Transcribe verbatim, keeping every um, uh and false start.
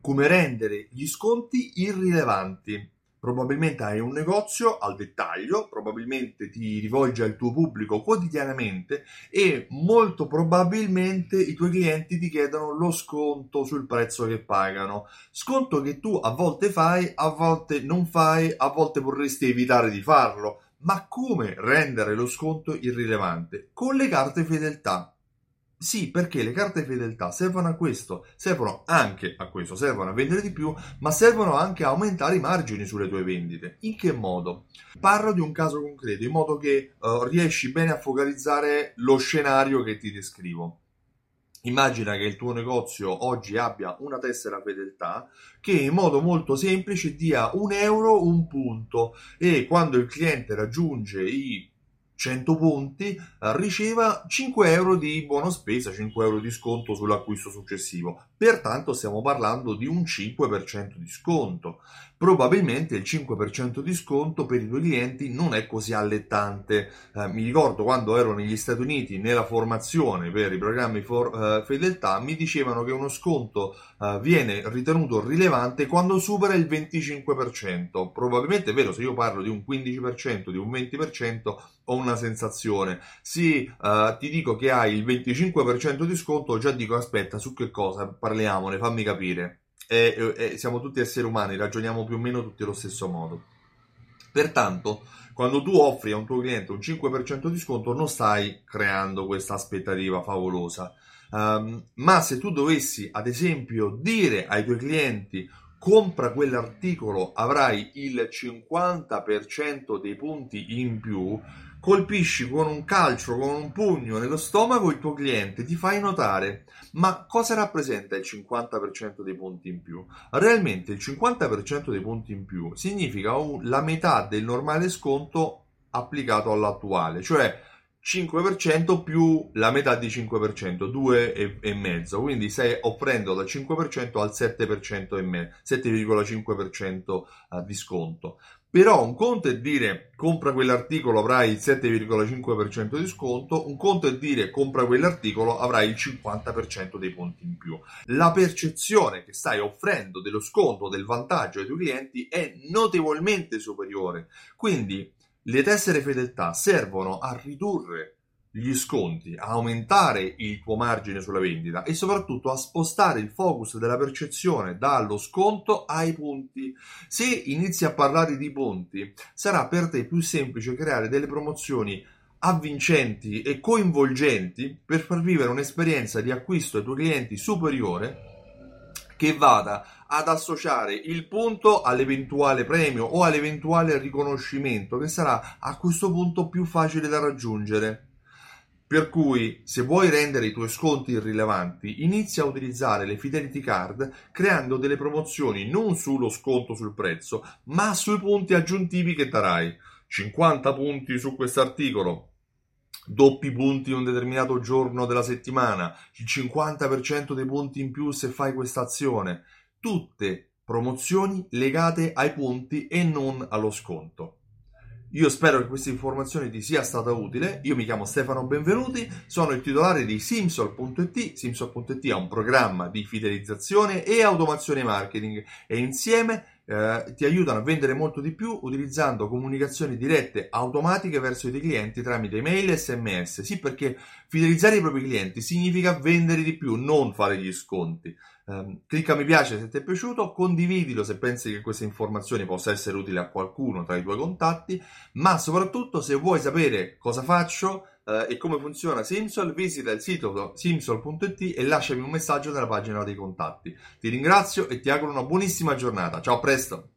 come rendere gli sconti irrilevanti. Probabilmente hai un negozio al dettaglio, probabilmente ti rivolgi al tuo pubblico quotidianamente e molto probabilmente i tuoi clienti ti chiedono lo sconto sul prezzo che pagano. Sconto che tu a volte fai, a volte non fai, a volte vorresti evitare di farlo. Ma come rendere lo sconto irrilevante? Con le carte fedeltà. Sì, perché le carte fedeltà servono a questo, servono anche a questo, servono a vendere di più, ma servono anche a aumentare i margini sulle tue vendite. In che modo? Parlo di un caso concreto, in modo che uh, riesci bene a focalizzare lo scenario che ti descrivo. Immagina che il tuo negozio oggi abbia una tessera fedeltà che in modo molto semplice dia un euro un punto e quando il cliente raggiunge i cento punti eh, riceva cinque euro di buono spesa, cinque euro di sconto sull'acquisto successivo. Pertanto stiamo parlando di un cinque per cento di sconto. Probabilmente il cinque per cento di sconto per i tuoi clienti non è così allettante. Eh, mi ricordo quando ero negli Stati Uniti nella formazione per i programmi for, eh, fedeltà, mi dicevano che uno sconto eh, viene ritenuto rilevante quando supera il venticinque per cento. Probabilmente è vero, se io parlo di un quindici per cento, di un venti per cento, ho una sensazione. Se uh, ti dico che hai il venticinque per cento di sconto, già dico aspetta, su che cosa parliamone, fammi capire. E, e, siamo tutti esseri umani, ragioniamo più o meno tutti allo stesso modo. Pertanto, quando tu offri a un tuo cliente un cinque per cento di sconto, non stai creando questa aspettativa favolosa. Um, ma se tu dovessi, ad esempio, dire ai tuoi clienti compra quell'articolo, avrai il cinquanta per cento dei punti in più, colpisci con un calcio, con un pugno nello stomaco il tuo cliente, ti fai notare. Ma cosa rappresenta il cinquanta per cento dei punti in più? Realmente il cinquanta per cento dei punti in più significa un, la metà del normale sconto applicato all'attuale, cioè cinque per cento più la metà di cinque per cento, due e mezzo, quindi stai offrendo dal cinque per cento al sette per cento e me, sette virgola cinque per cento di sconto. Però un conto è dire compra quell'articolo avrai il sette virgola cinque per cento di sconto, un conto è dire compra quell'articolo avrai il cinquanta per cento dei punti in più. La percezione che stai offrendo dello sconto, del vantaggio ai tuoi clienti è notevolmente superiore. Quindi le tessere fedeltà servono a ridurre gli sconti, a aumentare il tuo margine sulla vendita e soprattutto a spostare il focus della percezione dallo sconto ai punti. Se inizi a parlare di punti, sarà per te più semplice creare delle promozioni avvincenti e coinvolgenti per far vivere un'esperienza di acquisto ai tuoi clienti superiore che vada ad associare il punto all'eventuale premio o all'eventuale riconoscimento che sarà a questo punto più facile da raggiungere. Per cui, se vuoi rendere i tuoi sconti irrilevanti, inizia a utilizzare le Fidelity Card creando delle promozioni non sullo sconto sul prezzo, ma sui punti aggiuntivi che darai. cinquanta punti su quest'articolo, doppi punti un determinato giorno della settimana, il cinquanta per cento dei punti in più se fai questa azione. Tutte promozioni legate ai punti e non allo sconto. Io spero che questa informazione ti sia stata utile. Io mi chiamo Stefano Benvenuti, sono il titolare di Simsol punto it. Simsol punto it è un programma di fidelizzazione e automazione marketing e insieme eh, ti aiutano a vendere molto di più utilizzando comunicazioni dirette automatiche verso i tuoi clienti tramite email e sms. Sì, perché fidelizzare i propri clienti significa vendere di più, non fare gli sconti. Um, clicca mi piace se ti è piaciuto, condividilo se pensi che questa informazione possa essere utile a qualcuno tra i tuoi contatti, ma soprattutto se vuoi sapere cosa faccio uh, e come funziona Simsol, visita il sito simsol punto it e lasciami un messaggio nella pagina dei contatti. Ti ringrazio e ti auguro una buonissima giornata. Ciao, a presto!